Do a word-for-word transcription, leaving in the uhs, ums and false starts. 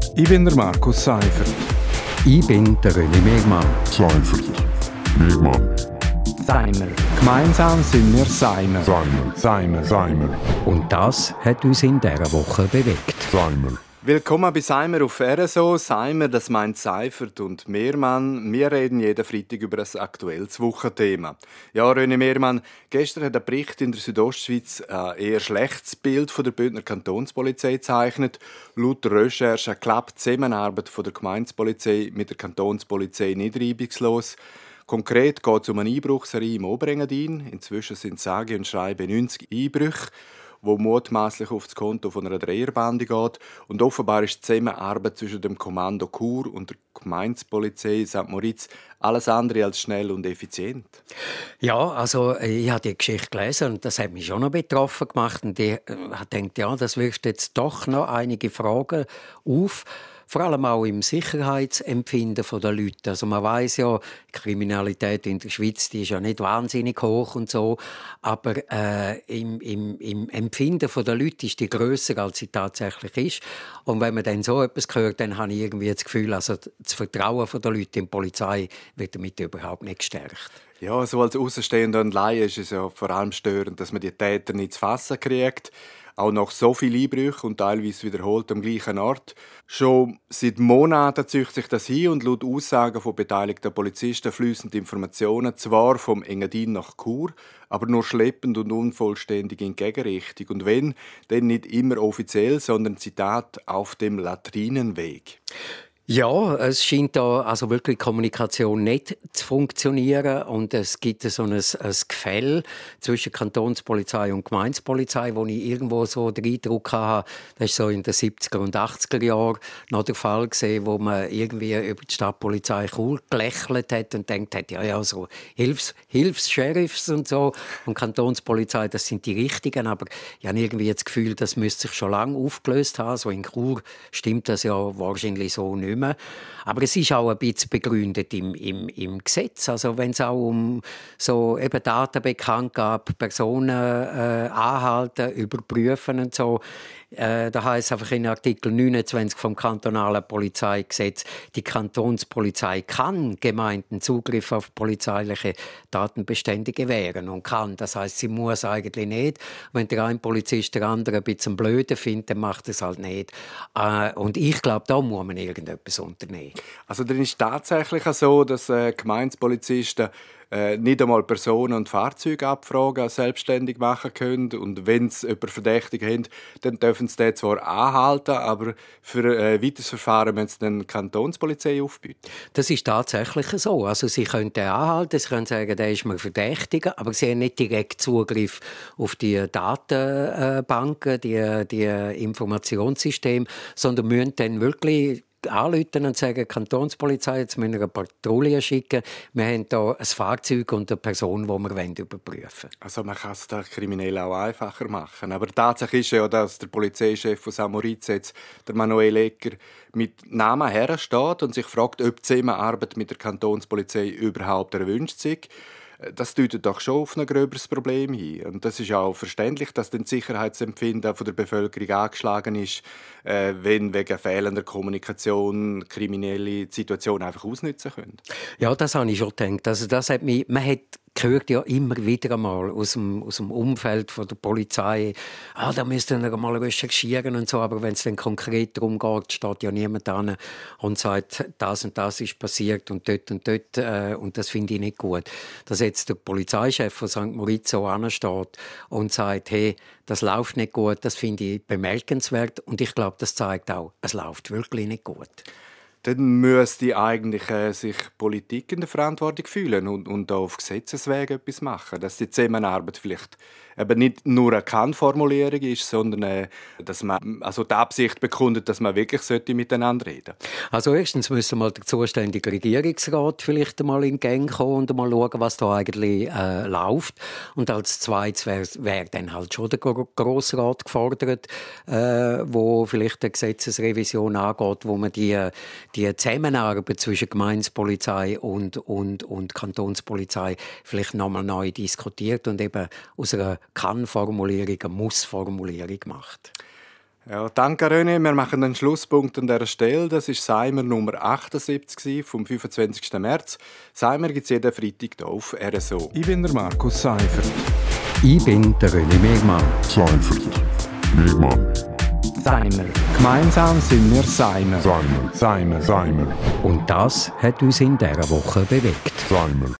Ich bin der Markus Seifert. Ich bin der René Megmann. Seifert. Megmann. Seimer. Gemeinsam sind wir Seimer. Seimer. Seimer. Seimer. Und das hat uns in dieser Woche bewegt. Seimer. Willkommen bei Seimer auf R S O. Seimer, das meint Seifert und Mehrmann. Wir reden jeden Freitag über ein aktuelles Wochenthema. Ja, René Mehrmann, gestern hat ein Bericht in der Südostschweiz ein eher schlechtes Bild von der Bündner Kantonspolizei gezeichnet. Laut der Recherche klappt die Zusammenarbeit von der Gemeindepolizei mit der Kantonspolizei nicht reibungslos. Konkret geht es um eine Einbruchserie im Oberengadin. Inzwischen sind es sage und schreibe neunzig Einbrüche, wo mutmaßlich auf das Konto von einer Dreierbande geht. Und offenbar ist die Zusammenarbeit zwischen dem Kommando Chur und der Gemeindepolizei Sankt Moritz alles andere als schnell und effizient. Ja, also ich habe die Geschichte gelesen und das hat mich schon noch betroffen gemacht. Und ich habe gedacht, ja, das wirft jetzt doch noch einige Fragen auf. Vor allem auch im Sicherheitsempfinden der Leute. Also man weiss ja, die Kriminalität in der Schweiz die ist ja nicht wahnsinnig hoch und so, aber äh, im, im, im Empfinden der Leute ist die grösser, als sie tatsächlich ist. Und wenn man dann so etwas hört, dann habe ich irgendwie das Gefühl, also das Vertrauen der Leute in die Polizei wird damit überhaupt nicht gestärkt. Ja, so als Außenstehender und Laie ist es ja vor allem störend, dass man die Täter nicht zu fassen kriegt. Auch nach so vielen Einbrüchen und teilweise wiederholt am gleichen Ort. Schon seit Monaten zieht sich das hin und laut Aussagen von beteiligten Polizisten fließen die Informationen zwar vom Engadin nach Chur, aber nur schleppend und unvollständig in Gegenrichtung. Und wenn, dann nicht immer offiziell, sondern Zitat auf dem Latrinenweg. Ja, es scheint da also wirklich Kommunikation nicht zu funktionieren und es gibt so ein, ein Gefälle zwischen Kantonspolizei und Gemeindepolizei, wo ich irgendwo so den Eindruck hatte, das war so in den siebziger und achtziger Jahren noch der Fall gewesen, wo man irgendwie über die Stadtpolizei cool gelächelt hat und denkt hat, ja, ja, so Hilfs, Hilfs-Sheriffs und so und Kantonspolizei, das sind die Richtigen, aber ich habe irgendwie das Gefühl, das müsste sich schon lange aufgelöst haben. So in Chur stimmt das ja wahrscheinlich so nicht mehr. Aber es ist auch ein bisschen begründet im, im, im Gesetz. Also wenn es auch um so eben Daten bekannt gab, Personen äh, anhalten, überprüfen und so, äh, da heißt einfach in Artikel neunundzwanzig vom kantonalen Polizeigesetz, die Kantonspolizei kann Gemeinden Zugriff auf polizeiliche Datenbestände gewähren und kann. Das heißt, sie muss eigentlich nicht. Wenn der eine Polizist der andere ein bisschen blöde findet, dann macht er es halt nicht. Äh, und ich glaube, da muss man irgendetwas unternehmen. Also dann ist es tatsächlich so, dass äh, Gemeindepolizisten äh, nicht einmal Personen und Fahrzeuge abfragen, selbstständig machen können. Und wenn sie jemanden verdächtig haben, dann dürfen sie den zwar anhalten, aber für äh, weiteres Verfahren müssen sie dann die Kantonspolizei aufbieten. Das ist tatsächlich so. Also sie können den anhalten, sie können sagen, der ist mir verdächtig, aber sie haben nicht direkt Zugriff auf die Datenbanken, die, die Informationssysteme, sondern müssen dann wirklich anrufen und sagen, Kantonspolizei, jetzt müssen wir eine Patrouille schicken. Wir haben hier ein Fahrzeug und eine Person, die wir überprüfen wollen. Also man kann es den Kriminellen auch einfacher machen. Aber tatsächlich ist ja, dass der Polizeichef von Sankt Moritz jetzt, der Manuel Egger, mit Namen hersteht und sich fragt, ob die Zusammenarbeit mit der Kantonspolizei überhaupt erwünscht sei. Das deutet doch schon auf ein gröberes Problem hin. Und das ist auch verständlich, dass das Sicherheitsempfinden der Bevölkerung angeschlagen ist, äh, wenn wegen fehlender Kommunikation kriminelle Situationen einfach ausnutzen können. Ja, das habe ich schon gedacht. Also das hat mich, man hat gehört ja immer wieder einmal aus dem, aus dem Umfeld von der Polizei, ah, da müssten wir mal recherchieren und so, aber wenn es dann konkret darum geht, steht ja niemand da und sagt, das und das ist passiert und dort und dort äh, und das finde ich nicht gut. Dass jetzt der Polizeichef von Sankt Moritz so ansteht und sagt, hey, das läuft nicht gut, das finde ich bemerkenswert und ich glaube, das zeigt auch, es läuft wirklich nicht gut. Dann müsste eigentlich äh, sich Politik in der Verantwortung fühlen und, und auf Gesetzesweg etwas machen, dass die Zusammenarbeit vielleicht eben nicht nur eine Kann-Formulierung ist, sondern äh, dass man also die Absicht bekundet, dass man wirklich miteinander reden sollte. Also erstens müssen mal der zuständige Regierungsrat vielleicht einmal in Gang kommen und mal schauen, was da eigentlich äh, läuft. Und als zweites wäre wär dann halt schon der Grossrat gefordert, äh, wo vielleicht eine Gesetzesrevision angeht, wo man die die Zusammenarbeit zwischen Gemeindepolizei und, und, und Kantonspolizei vielleicht nochmal neu diskutiert und eben aus einer Kann-Formulierung eine Muss-Formulierung macht. Ja, danke René. Wir machen einen Schlusspunkt an dieser Stelle. Das war Seimer Nummer achtundsiebzig vom fünfundzwanzigsten März. Seimer gibt es jeden Freitag hier auf R S O. Ich bin der Markus Seifert. Ich bin der René Megmann. Seifert. Megmann. Seimer. Gemeinsam sind wir Seimer. Seimer. Seimer. Seimer. Und das hat uns in dieser Woche bewegt. Seimer.